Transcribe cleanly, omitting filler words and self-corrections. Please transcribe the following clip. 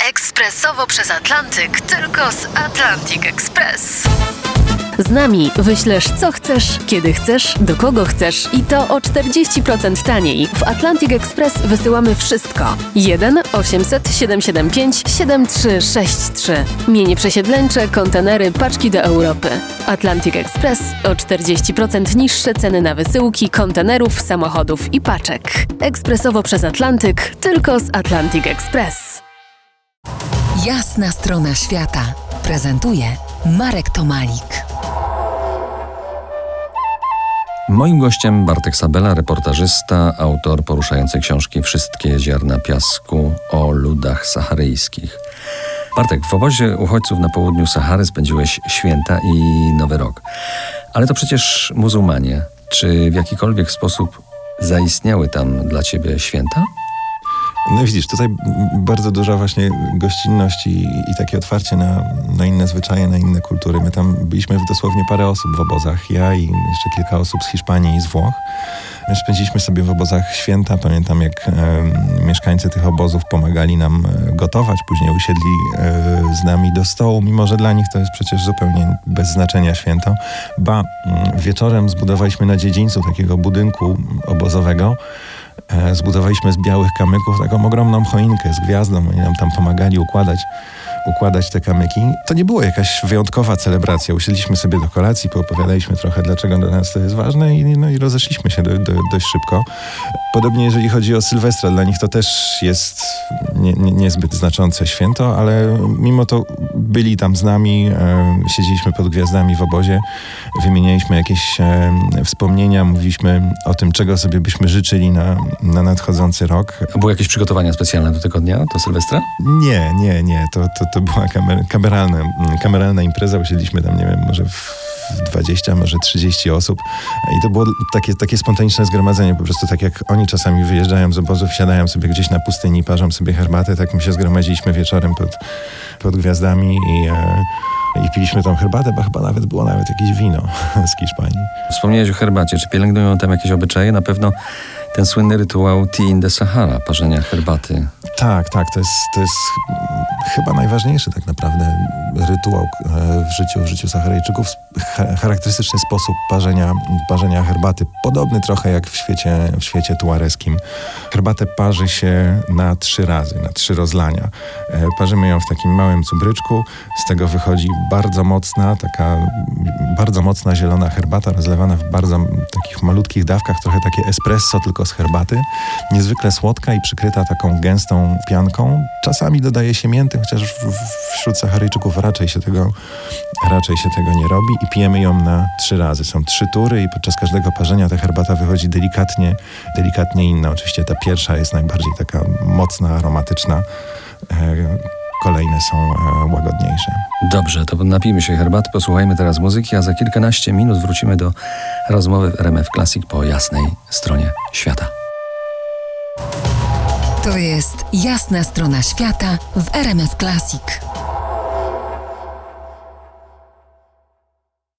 Ekspresowo przez Atlantyk, tylko z Atlantic Express. Z nami wyślesz co chcesz, kiedy chcesz, do kogo chcesz i to o 40% taniej. W Atlantic Express wysyłamy wszystko. 1 800 775 7363. Mienie przesiedleńcze, kontenery, paczki do Europy. Atlantic Express o 40% niższe ceny na wysyłki, kontenerów, samochodów i paczek. Ekspresowo przez Atlantyk, tylko z Atlantic Express. Jasna strona świata prezentuje Marek Tomalik. Moim gościem Bartek Sabela, reportażysta, autor poruszającej książki Wszystkie ziarna piasku o ludach saharyjskich. Bartek, w obozie uchodźców na południu Sahary spędziłeś święta i Nowy Rok. Ale to przecież muzułmanie. Czy w jakikolwiek sposób zaistniały tam dla ciebie święta? No widzisz, tutaj bardzo duża właśnie gościnność i takie otwarcie na inne zwyczaje, na inne kultury. My tam byliśmy dosłownie parę osób w obozach. Ja i jeszcze kilka osób z Hiszpanii i z Włoch. My spędziliśmy sobie w obozach święta. Pamiętam, jak mieszkańcy tych obozów pomagali nam gotować. Później usiedli z nami do stołu, mimo że dla nich to jest przecież zupełnie bez znaczenia święto. Wieczorem zbudowaliśmy na dziedzińcu takiego budynku obozowego. Zbudowaliśmy z białych kamyków taką ogromną choinkę z gwiazdą. Oni nam tam pomagali układać te kamyki. To nie była jakaś wyjątkowa celebracja. Usiedliśmy sobie do kolacji, poopowiadaliśmy trochę, dlaczego dla nas to jest ważne i rozeszliśmy się dość szybko. Podobnie jeżeli chodzi o Sylwestra, dla nich to też jest niezbyt znaczące święto, ale mimo to byli tam z nami, siedzieliśmy pod gwiazdami w obozie, wymienialiśmy jakieś wspomnienia, mówiliśmy o tym, czego sobie byśmy życzyli na nadchodzący rok. A były jakieś przygotowania specjalne do tego dnia, do Sylwestra? Nie. To była kameralna impreza. Usiedliśmy tam, nie wiem, może w 20, może 30 osób. I to było takie spontaniczne zgromadzenie. Po prostu tak jak oni czasami wyjeżdżają z obozów, siadają sobie gdzieś na pustyni, parzą sobie herbatę, tak my się zgromadziliśmy wieczorem pod gwiazdami i piliśmy tą herbatę, bo chyba było jakieś wino z Hiszpanii. Wspomniałeś o herbacie. Czy pielęgnują tam jakieś obyczaje? Na pewno ten słynny rytuał Tea in the Sahara, parzenia herbaty. Tak. To jest chyba najważniejszy tak naprawdę rytuał w życiu Saharyjczyków. Charakterystyczny sposób parzenia herbaty, podobny trochę jak w świecie tuareskim. Herbatę parzy się na 3 razy, na 3 rozlania. Parzymy ją w takim małym cubryczku, z tego wychodzi bardzo mocna zielona herbata, rozlewana w bardzo takich malutkich dawkach, trochę takie espresso, tylko z herbaty. Niezwykle słodka i przykryta taką gęstą pianką. Czasami dodaje się mięty, chociaż wśród Saharyjczyków raczej się tego nie robi i pijemy ją na 3 razy. Są 3 tury i podczas każdego parzenia ta herbata wychodzi delikatnie inna. Oczywiście ta pierwsza jest najbardziej taka mocna, aromatyczna. Kolejne są łagodniejsze. Dobrze, to napijmy się herbaty, posłuchajmy teraz muzyki, a za kilkanaście minut wrócimy do rozmowy w RMF Classic po jasnej stronie świata. To jest Jasna strona świata w RMF Classic.